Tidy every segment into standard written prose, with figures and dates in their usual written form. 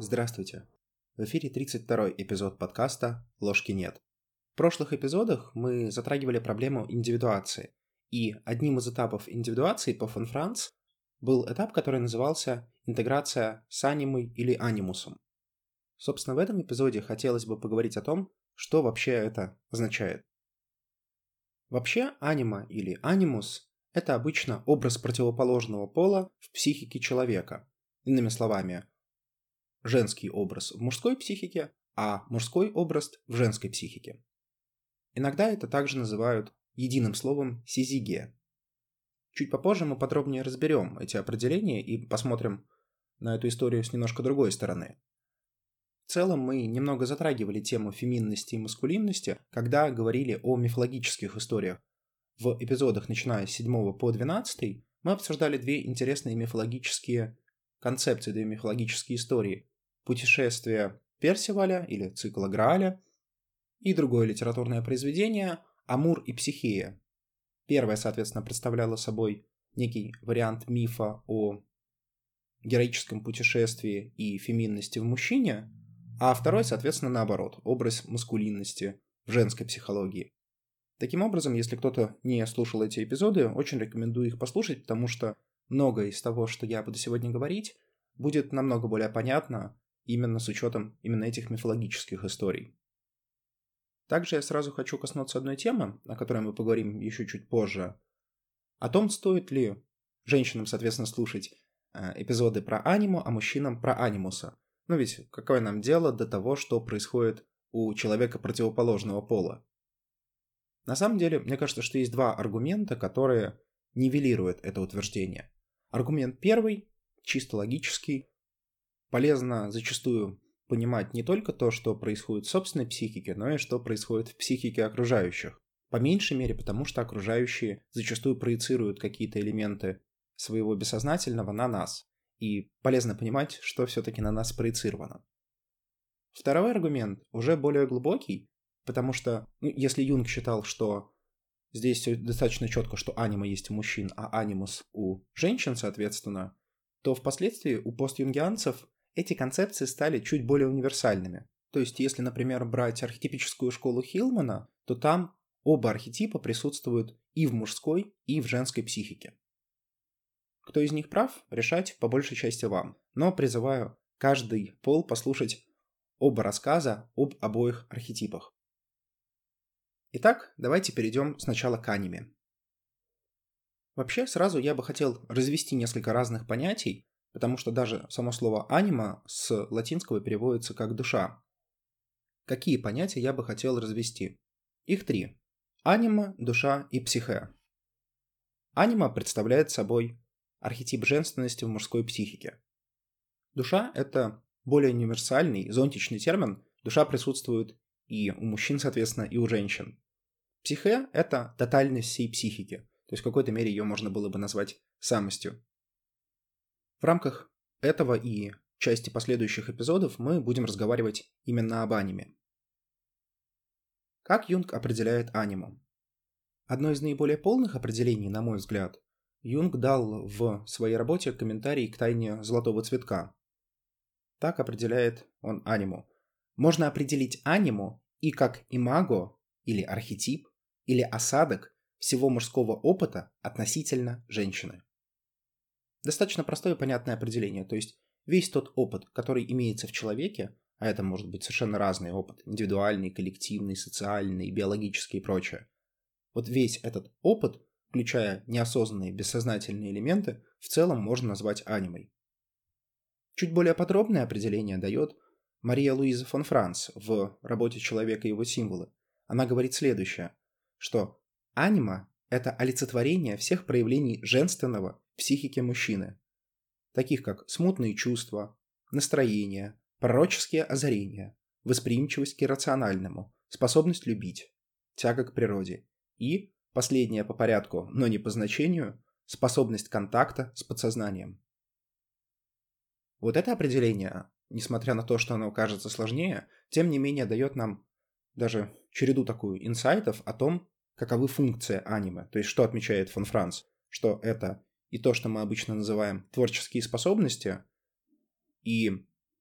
Здравствуйте! В эфире 32-й эпизод подкаста «Ложки нет». В прошлых эпизодах мы затрагивали проблему индивидуации, и одним из этапов индивидуации по фон Франц был этап, который назывался интеграция с анимой или анимусом. Собственно, в этом эпизоде хотелось бы поговорить о том, что вообще это означает. Вообще, анима или анимус – это обычно образ противоположного пола в психике человека. Иными словами, женский образ в мужской психике, а мужской образ в женской психике. Иногда это также называют единым словом сизигия. Чуть попозже мы подробнее разберем эти определения и посмотрим на эту историю с немножко другой стороны. В целом мы немного затрагивали тему феминности и маскулинности, когда говорили о мифологических историях. В эпизодах, начиная с 7 по 12, мы обсуждали две интересные мифологические концепции, две мифологические истории. Путешествие Персиваля или цикла Грааля и другое литературное произведение «Амур и Психея». Первое, соответственно, представляло собой некий вариант мифа о героическом путешествии и феминности в мужчине, а второй, соответственно, наоборот, образ маскулинности в женской психологии. Таким образом, если кто-то не слушал эти эпизоды, очень рекомендую их послушать, потому что многое из того, что я буду сегодня говорить, будет намного более понятно именно с учетом именно этих мифологических историй. Также я сразу хочу коснуться одной темы, о которой мы поговорим еще чуть позже, о том, стоит ли женщинам, соответственно, слушать эпизоды про аниму, а мужчинам про анимуса. Ну ведь какое нам дело до того, что происходит у человека противоположного пола? На самом деле, мне кажется, что есть два аргумента, которые нивелируют это утверждение. Аргумент первый, чисто логический. Полезно зачастую понимать не только то, что происходит в собственной психике, но и что происходит в психике окружающих. По меньшей мере, потому что окружающие зачастую проецируют какие-то элементы своего бессознательного на нас. И полезно понимать, что все-таки на нас проецировано. Второй аргумент уже более глубокий, потому что, если Юнг считал, что здесь все достаточно четко, что анима есть у мужчин, а анимус у женщин, соответственно, то впоследствии у постюнгианцев эти концепции стали чуть более универсальными. То есть, если, например, брать архетипическую школу Хиллмана, то там оба архетипа присутствуют и в мужской, и в женской психике. Кто из них прав, решать по большей части вам. Но призываю каждый пол послушать оба рассказа об обоих архетипах. Итак, давайте перейдем сначала к аниме. Вообще, сразу я бы хотел развести несколько разных понятий, потому что даже само слово «анима» с латинского переводится как «душа». Какие понятия я бы хотел развести? Их три. Анима, душа и психе. Анима представляет собой архетип женственности в мужской психике. Душа – это более универсальный, зонтичный термин. Душа присутствует и у мужчин, соответственно, и у женщин. Психе – это тотальность всей психики, то есть в какой-то мере ее можно было бы назвать самостью. В рамках этого и части последующих эпизодов мы будем разговаривать именно об аниме. Как Юнг определяет аниму? Одно из наиболее полных определений, на мой взгляд, Юнг дал в своей работе комментарий к тайне золотого цветка. Так определяет он аниму. Можно определить аниму и как имаго, или архетип, или осадок всего мужского опыта относительно женщины. Достаточно простое и понятное определение, то есть весь тот опыт, который имеется в человеке, а это может быть совершенно разный опыт, индивидуальный, коллективный, социальный, биологический и прочее. Вот весь этот опыт, включая неосознанные бессознательные элементы, в целом можно назвать анимой. Чуть более подробное определение дает Мария Луиза фон Франц в работе «Человек и его символы». Она говорит следующее, что анима – это олицетворение всех проявлений женственного в психике мужчины, таких как смутные чувства, настроение, пророческие озарения, восприимчивость к иррациональному, способность любить, тяга к природе и, последнее по порядку, но не по значению, способность контакта с подсознанием. Вот это определение, несмотря на то, что оно кажется сложнее, тем не менее дает нам даже череду такую инсайтов о том, каковы функции аниме. То есть, что отмечает фон Франц, что это и то, что мы обычно называем творческие способности, и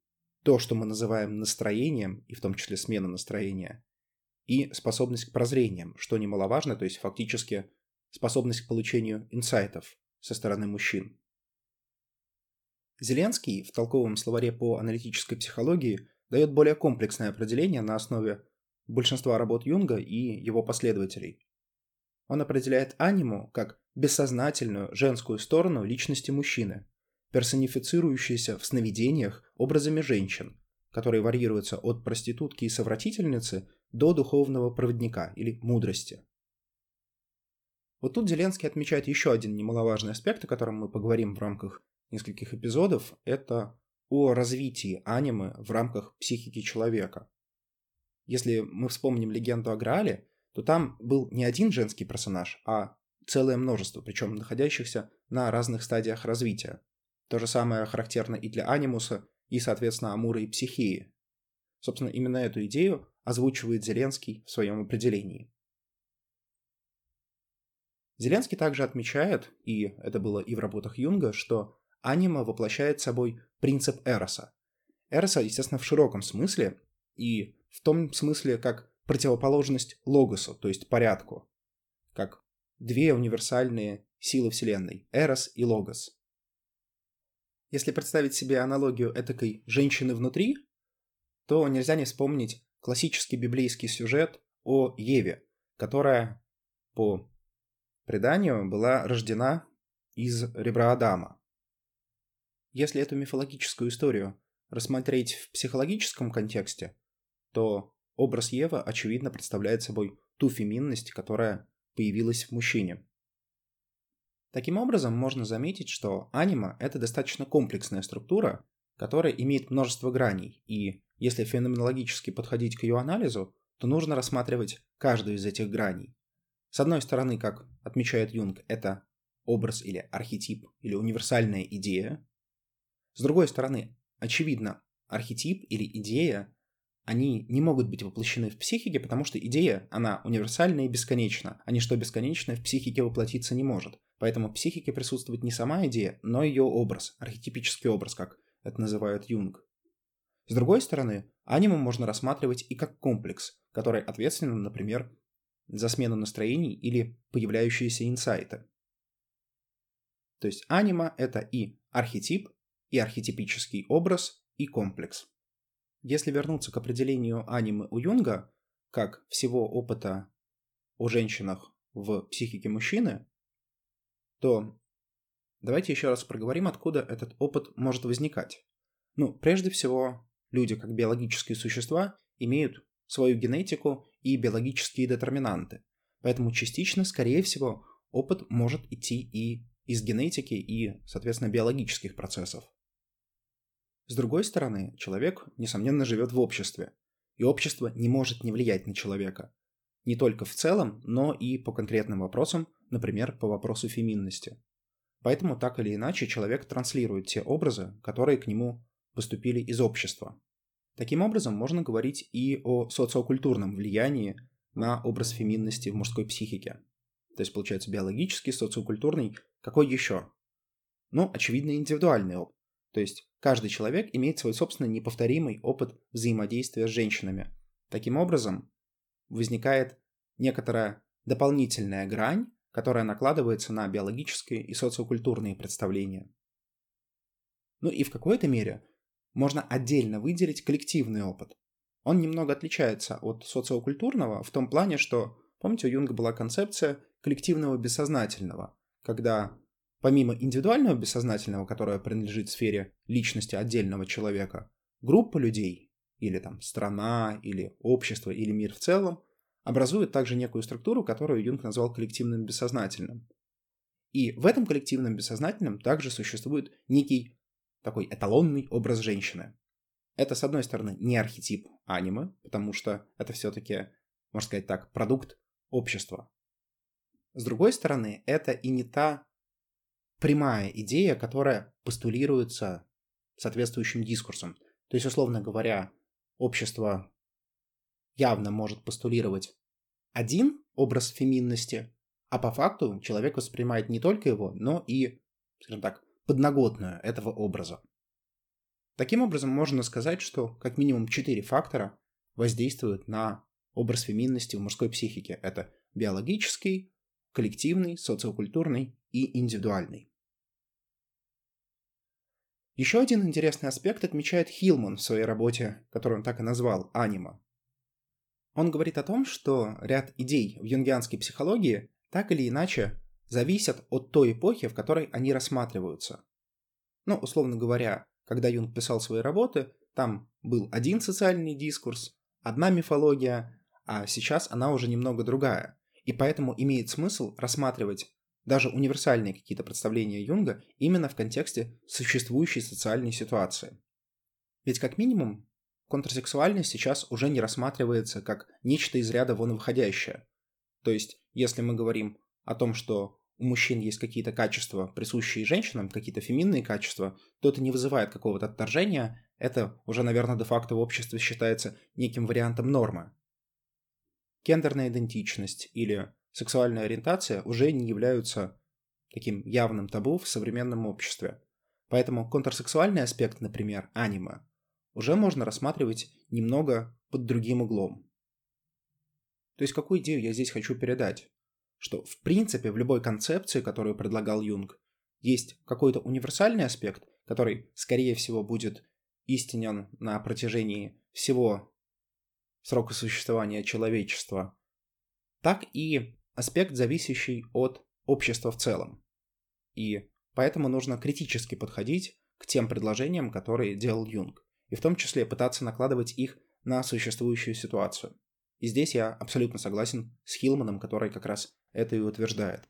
то, что мы называем настроением, и в том числе смена настроения, и способность к прозрениям, что немаловажно, то есть фактически способность к получению инсайтов со стороны мужчин. Зеленский в толковом словаре по аналитической психологии дает более комплексное определение на основе большинства работ Юнга и его последователей. Он определяет аниму как бессознательную женскую сторону личности мужчины, персонифицирующуюся в сновидениях образами женщин, которые варьируются от проститутки и совратительницы до духовного проводника или мудрости. Вот тут Зеленский отмечает еще один немаловажный аспект, о котором мы поговорим в рамках нескольких эпизодов, это о развитии анимы в рамках психики человека. Если мы вспомним легенду о Граале, то там был не один женский персонаж, а целое множество, причем находящихся на разных стадиях развития. То же самое характерно и для анимуса, и, соответственно, Амура и Психеи. Собственно, именно эту идею озвучивает Зеленский в своем определении. Зеленский также отмечает, и это было и в работах Юнга, что анима воплощает собой принцип Эроса. Эроса, естественно, в широком смысле, и в том смысле, как противоположность логосу, то есть порядку, как две универсальные силы Вселенной – Эрос и Логос. Если представить себе аналогию этакой женщины внутри, то нельзя не вспомнить классический библейский сюжет о Еве, которая, по преданию, была рождена из ребра Адама. Если эту мифологическую историю рассмотреть в психологическом контексте, то образ Евы, очевидно, представляет собой ту феминность, которая появилась в мужчине. Таким образом, можно заметить, что анима – это достаточно комплексная структура, которая имеет множество граней, и если феноменологически подходить к ее анализу, то нужно рассматривать каждую из этих граней. С одной стороны, как отмечает Юнг, это образ или архетип, или универсальная идея. С другой стороны, очевидно, архетип или идея, они не могут быть воплощены в психике, потому что идея, она универсальна и бесконечна, а ничто бесконечное в психике воплотиться не может. Поэтому в психике присутствует не сама идея, но ее образ, архетипический образ, как это называет Юнг. С другой стороны, аниму можно рассматривать и как комплекс, который ответственен, например, за смену настроений или появляющиеся инсайты. То есть анима – это и архетип, и архетипический образ, и комплекс. Если вернуться к определению анимы у Юнга, как всего опыта о женщинах в психике мужчины, то давайте еще раз проговорим, откуда этот опыт может возникать. Прежде всего, люди, как биологические существа, имеют свою генетику и биологические детерминанты. Поэтому частично, скорее всего, опыт может идти и из генетики, и, соответственно, биологических процессов. С другой стороны, человек, несомненно, живет в обществе, и общество не может не влиять на человека. Не только в целом, но и по конкретным вопросам, например, по вопросу феминности. Поэтому так или иначе человек транслирует те образы, которые к нему поступили из общества. Таким образом, можно говорить и о социокультурном влиянии на образ феминности в мужской психике. То есть, получается, биологический, социокультурный, какой еще? Очевидно, индивидуальный опыт. То есть, каждый человек имеет свой собственный неповторимый опыт взаимодействия с женщинами. Таким образом, возникает некоторая дополнительная грань, которая накладывается на биологические и социокультурные представления. И в какой-то мере можно отдельно выделить коллективный опыт. Он немного отличается от социокультурного в том плане, что, помните, у Юнга была концепция коллективного бессознательного, когда помимо индивидуального бессознательного, которое принадлежит сфере личности отдельного человека, группа людей, или страна, или общество, или мир в целом, образует также некую структуру, которую Юнг назвал коллективным бессознательным. И в этом коллективном бессознательном также существует некий такой эталонный образ женщины. Это, с одной стороны, не архетип анимы, потому что это все-таки, можно сказать так, продукт общества. С другой стороны, это и не та прямая идея, которая постулируется соответствующим дискурсом. То есть, условно говоря, общество явно может постулировать один образ феминности, а по факту человек воспринимает не только его, но и, скажем так, подноготную этого образа. Таким образом, можно сказать, что как минимум 4 фактора воздействуют на образ феминности в мужской психике. Это биологический, коллективный, социокультурный и индивидуальный. Еще один интересный аспект отмечает Хиллман в своей работе, которую он так и назвал «Анима». Он говорит о том, что ряд идей в юнгианской психологии так или иначе зависят от той эпохи, в которой они рассматриваются. Условно говоря, когда Юнг писал свои работы, там был один социальный дискурс, одна мифология, а сейчас она уже немного другая. И поэтому имеет смысл рассматривать даже универсальные какие-то представления Юнга именно в контексте существующей социальной ситуации. Ведь как минимум контрсексуальность сейчас уже не рассматривается как нечто из ряда вон выходящее. То есть, если мы говорим о том, что у мужчин есть какие-то качества, присущие женщинам, какие-то феминные качества, то это не вызывает какого-то отторжения, это уже, наверное, де-факто в обществе считается неким вариантом нормы. Гендерная идентичность или сексуальная ориентация уже не являются таким явным табу в современном обществе. Поэтому контрсексуальный аспект, например, аниме, уже можно рассматривать немного под другим углом. То есть какую идею я здесь хочу передать? Что в принципе в любой концепции, которую предлагал Юнг, есть какой-то универсальный аспект, который, скорее всего, будет истинен на протяжении всего срока существования человечества, так и аспект, зависящий от общества в целом. И поэтому нужно критически подходить к тем предложениям, которые делал Юнг, и в том числе пытаться накладывать их на существующую ситуацию. И здесь я абсолютно согласен с Хиллманом, который как раз это и утверждает.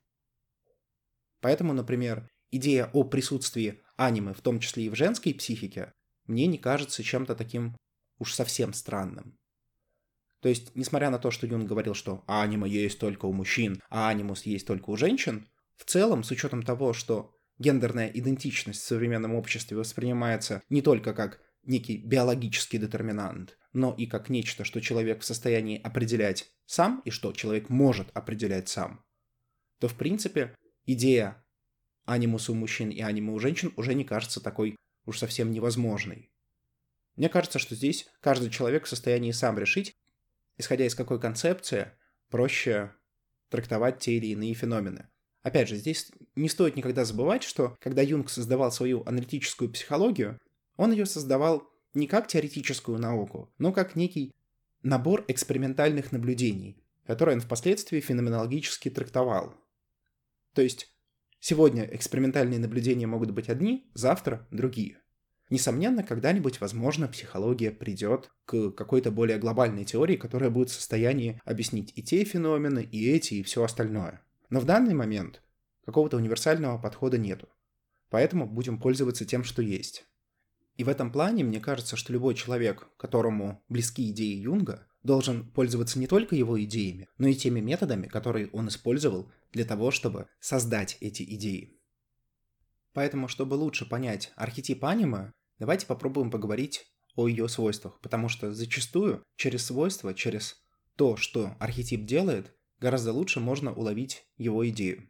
Поэтому, например, идея о присутствии аниме, в том числе и в женской психике, мне не кажется чем-то таким уж совсем странным. То есть, несмотря на то, что Юнг говорил, что аниме есть только у мужчин, а анимус есть только у женщин, в целом, с учетом того, что гендерная идентичность в современном обществе воспринимается не только как некий биологический детерминант, но и как нечто, что человек в состоянии определять сам и что человек может определять сам, то, в принципе, идея анимуса у мужчин и аниме у женщин уже не кажется такой уж совсем невозможной. Мне кажется, что здесь каждый человек в состоянии сам решить, исходя из какой концепции проще трактовать те или иные феномены. Опять же, здесь не стоит никогда забывать, что когда Юнг создавал свою аналитическую психологию, он ее создавал не как теоретическую науку, но как некий набор экспериментальных наблюдений, которые он впоследствии феноменологически трактовал. То есть сегодня экспериментальные наблюдения могут быть одни, завтра другие. Несомненно, когда-нибудь, возможно, психология придет к какой-то более глобальной теории, которая будет в состоянии объяснить и те феномены, и эти, и все остальное. Но в данный момент какого-то универсального подхода нету. Поэтому будем пользоваться тем, что есть. И в этом плане мне кажется, что любой человек, которому близки идеи Юнга, должен пользоваться не только его идеями, но и теми методами, которые он использовал для того, чтобы создать эти идеи. Поэтому, чтобы лучше понять архетип аниме, давайте попробуем поговорить о ее свойствах, потому что зачастую через свойства, через то, что архетип делает, гораздо лучше можно уловить его идею.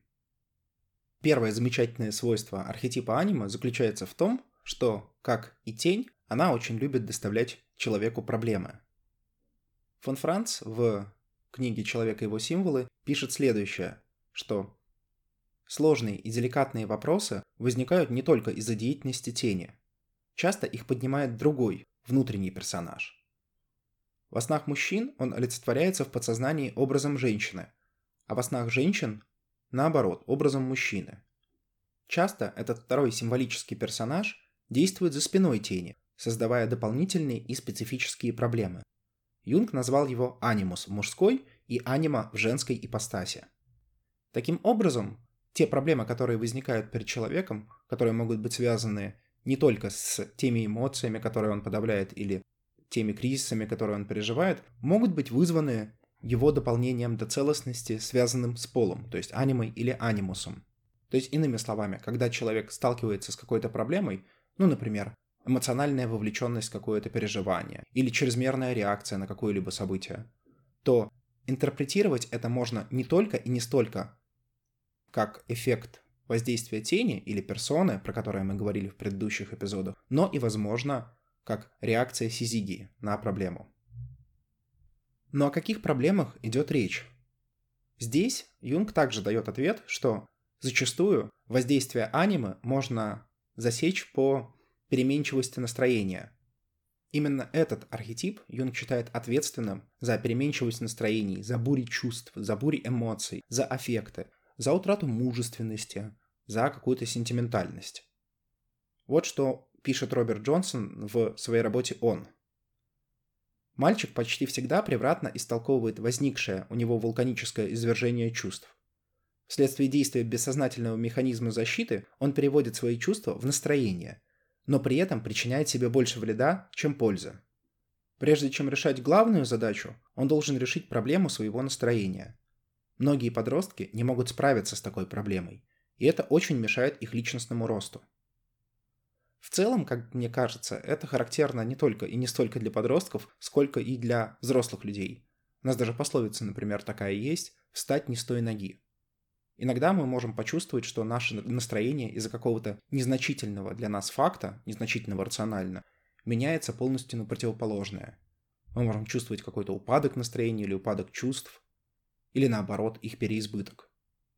Первое замечательное свойство архетипа аниме заключается в том, что, как и тень, она очень любит доставлять человеку проблемы. Фон Франц в книге «Человек и его символы» пишет следующее, что сложные и деликатные вопросы возникают не только из-за деятельности тени. Часто их поднимает другой, внутренний персонаж. Во снах мужчин он олицетворяется в подсознании образом женщины, а во снах женщин, наоборот, образом мужчины. Часто этот второй символический персонаж действует за спиной тени, создавая дополнительные и специфические проблемы. Юнг назвал его анимус в мужской и анима в женской ипостаси. Таким образом, те проблемы, которые возникают перед человеком, которые могут быть связаны не только с теми эмоциями, которые он подавляет, или теми кризисами, которые он переживает, могут быть вызваны его дополнением до целостности, связанным с полом, то есть анимой или анимусом. То есть, иными словами, когда человек сталкивается с какой-то проблемой, например, эмоциональная вовлеченность в какое-то переживание или чрезмерная реакция на какое-либо событие, то интерпретировать это можно не только и не столько как эффект воздействие тени или персоны, про которые мы говорили в предыдущих эпизодах, но и, возможно, как реакция сизигии на проблему. Но о каких проблемах идет речь? Здесь Юнг также дает ответ, что зачастую воздействие аниме можно засечь по переменчивости настроения. Именно этот архетип Юнг считает ответственным за переменчивость настроений, за бури чувств, за бури эмоций, за аффекты, за утрату мужественности, за какую-то сентиментальность. Вот что пишет Роберт Джонсон в своей работе «Он». Мальчик почти всегда превратно истолковывает возникшее у него вулканическое извержение чувств. Вследствие действия бессознательного механизма защиты он переводит свои чувства в настроение, но при этом причиняет себе больше вреда, чем пользы. Прежде чем решать главную задачу, он должен решить проблему своего настроения. Многие подростки не могут справиться с такой проблемой, и это очень мешает их личностному росту. В целом, как мне кажется, это характерно не только и не столько для подростков, сколько и для взрослых людей. У нас даже пословица, например, такая есть «встать не с той ноги». Иногда мы можем почувствовать, что наше настроение из-за какого-то незначительного для нас факта, незначительного рационально, меняется полностью на противоположное. Мы можем чувствовать какой-то упадок настроения или упадок чувств, или наоборот, их переизбыток.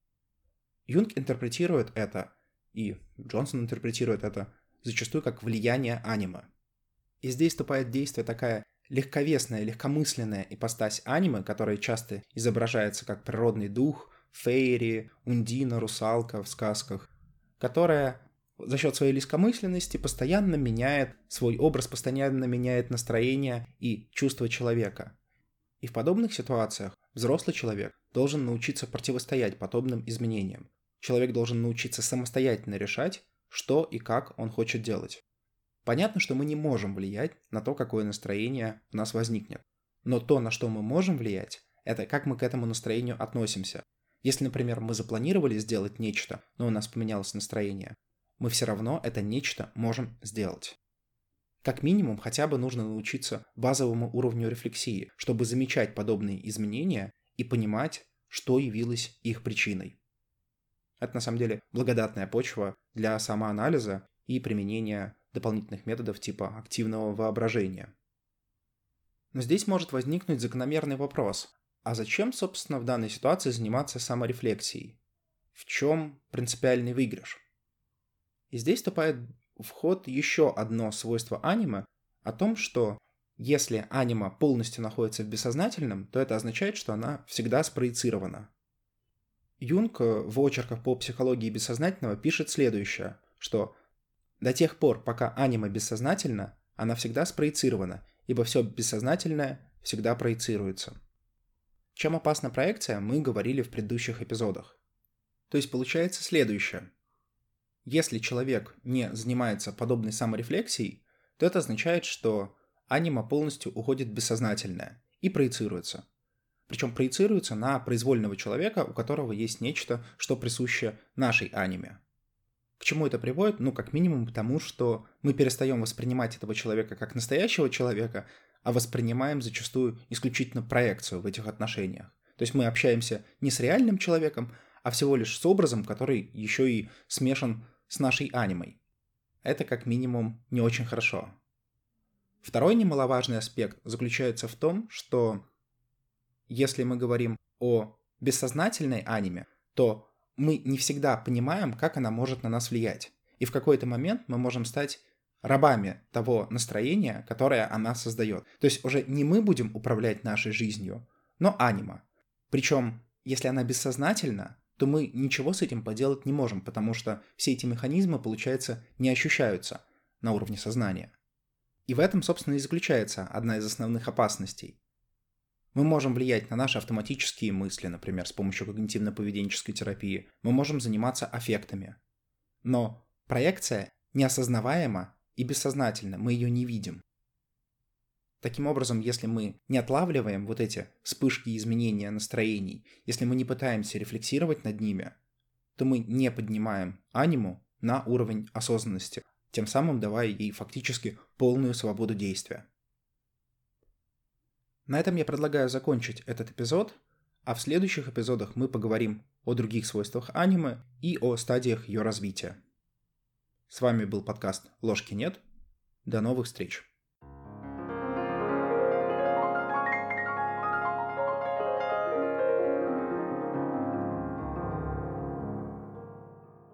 Юнг интерпретирует это, и Джонсон интерпретирует это, зачастую как влияние аниме. И здесь вступает в действие такая легковесная, легкомысленная ипостась аниме, которая часто изображается как природный дух, фейри, ундина, русалка в сказках, которая за счет своей легкомысленности постоянно меняет свой образ, постоянно меняет настроение и чувства человека. И в подобных ситуациях взрослый человек должен научиться противостоять подобным изменениям. Человек должен научиться самостоятельно решать, что и как он хочет делать. Понятно, что мы не можем влиять на то, какое настроение у нас возникнет. Но то, на что мы можем влиять, это как мы к этому настроению относимся. Если, например, мы запланировали сделать нечто, но у нас поменялось настроение, мы все равно это нечто можем сделать. Как минимум, хотя бы нужно научиться базовому уровню рефлексии, чтобы замечать подобные изменения и понимать, что явилось их причиной. Это на самом деле благодатная почва для самоанализа и применения дополнительных методов типа активного воображения. Но здесь может возникнуть закономерный вопрос. А зачем, собственно, в данной ситуации заниматься саморефлексией? В чем принципиальный выигрыш? И здесь вступает в ход еще одно свойство аниме о том, что если аниме полностью находится в бессознательном, то это означает, что она всегда спроецирована. Юнг в очерках по психологии бессознательного пишет следующее, что до тех пор, пока аниме бессознательно, она всегда спроецирована, ибо все бессознательное всегда проецируется. Чем опасна проекция, мы говорили в предыдущих эпизодах. То есть получается следующее. Если человек не занимается подобной саморефлексией, то это означает, что аниме полностью уходит в бессознательное и проецируется. Причем проецируется на произвольного человека, у которого есть нечто, что присуще нашей аниме. К чему это приводит? Как минимум к тому, что мы перестаем воспринимать этого человека как настоящего человека, а воспринимаем зачастую исключительно проекцию в этих отношениях. То есть мы общаемся не с реальным человеком, а всего лишь с образом, который еще и смешан с нашей анимой. Это как минимум не очень хорошо. Второй немаловажный аспект заключается в том, что если мы говорим о бессознательной аниме, то мы не всегда понимаем, как она может на нас влиять. И в какой-то момент мы можем стать рабами того настроения, которое она создает. То есть уже не мы будем управлять нашей жизнью, но аниме. Причем, если она бессознательна, то мы ничего с этим поделать не можем, потому что все эти механизмы, получается, не ощущаются на уровне сознания. И в этом, собственно, и заключается одна из основных опасностей. Мы можем влиять на наши автоматические мысли, например, с помощью когнитивно-поведенческой терапии. Мы можем заниматься аффектами. Но проекция неосознаваема и бессознательна, мы ее не видим. Таким образом, если мы не отлавливаем вот эти вспышки изменения настроений, если мы не пытаемся рефлексировать над ними, то мы не поднимаем аниму на уровень осознанности, тем самым давая ей фактически полную свободу действия. На этом я предлагаю закончить этот эпизод, а в следующих эпизодах мы поговорим о других свойствах аниме и о стадиях ее развития. С вами был подкаст «Ложки нет». До новых встреч!